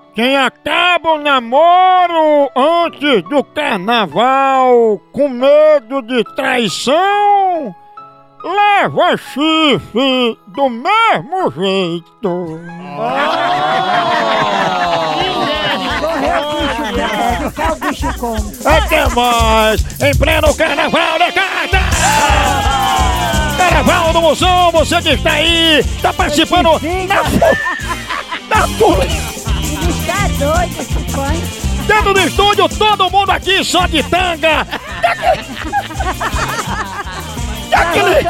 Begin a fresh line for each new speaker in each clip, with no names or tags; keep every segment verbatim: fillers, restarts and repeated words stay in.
Quem acaba o namoro antes do carnaval com medo de traição, leva chifre do mesmo jeito.
Ficar o bicho como?
Até mais! Em pleno carnaval da carta! Carnaval do Moção, você que está aí, está participando da da
Está doido esse fã.
Dentro do estúdio, todo mundo aqui só de tanga! Daquele...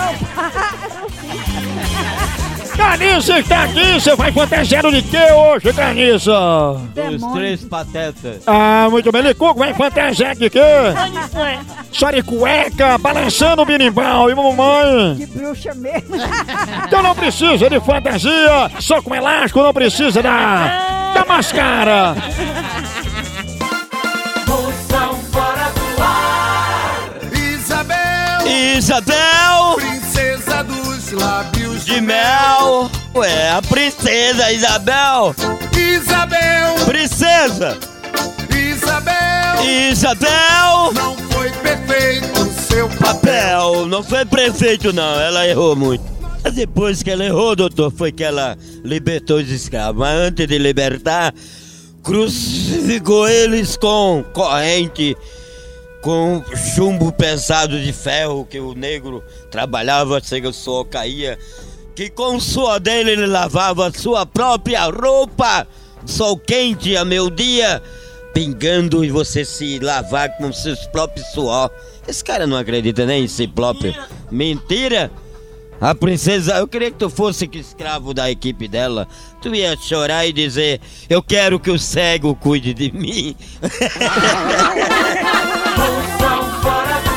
Carniça está aqui, você vai fantasiado de quê hoje, Carniça?
Os três patetas.
Ah, muito bem, Licuco vai fantasiado de quê? Só de cueca, balançando o birimbau, e mamãe?
De bruxa mesmo.
Então não precisa de fantasia, só com elástico, não precisa da, da máscara.
Moção fora do ar.
Isabel,
Isabel
princesa dos lábios
de mel. Ué, a princesa Isabel.
Isabel,
Princesa
Isabel,
Isabel.
não foi perfeito o seu papel.
Papel, não foi prefeito não, ela errou muito. Mas depois que ela errou, doutor, foi que ela libertou os escravos. Mas antes de libertar, crucificou eles com corrente, com chumbo pesado de ferro que o negro trabalhava, chega o suor caía, que com o suor dele ele lavava a sua própria roupa, sol quente a meu dia, pingando e você se lavar com seus próprios suor. Esse cara não acredita nem em si próprio. Mentira! A princesa, eu queria que tu fosse escravo da equipe dela. Tu ia chorar e dizer, eu quero que o cego cuide de mim.
Moção fora do ar.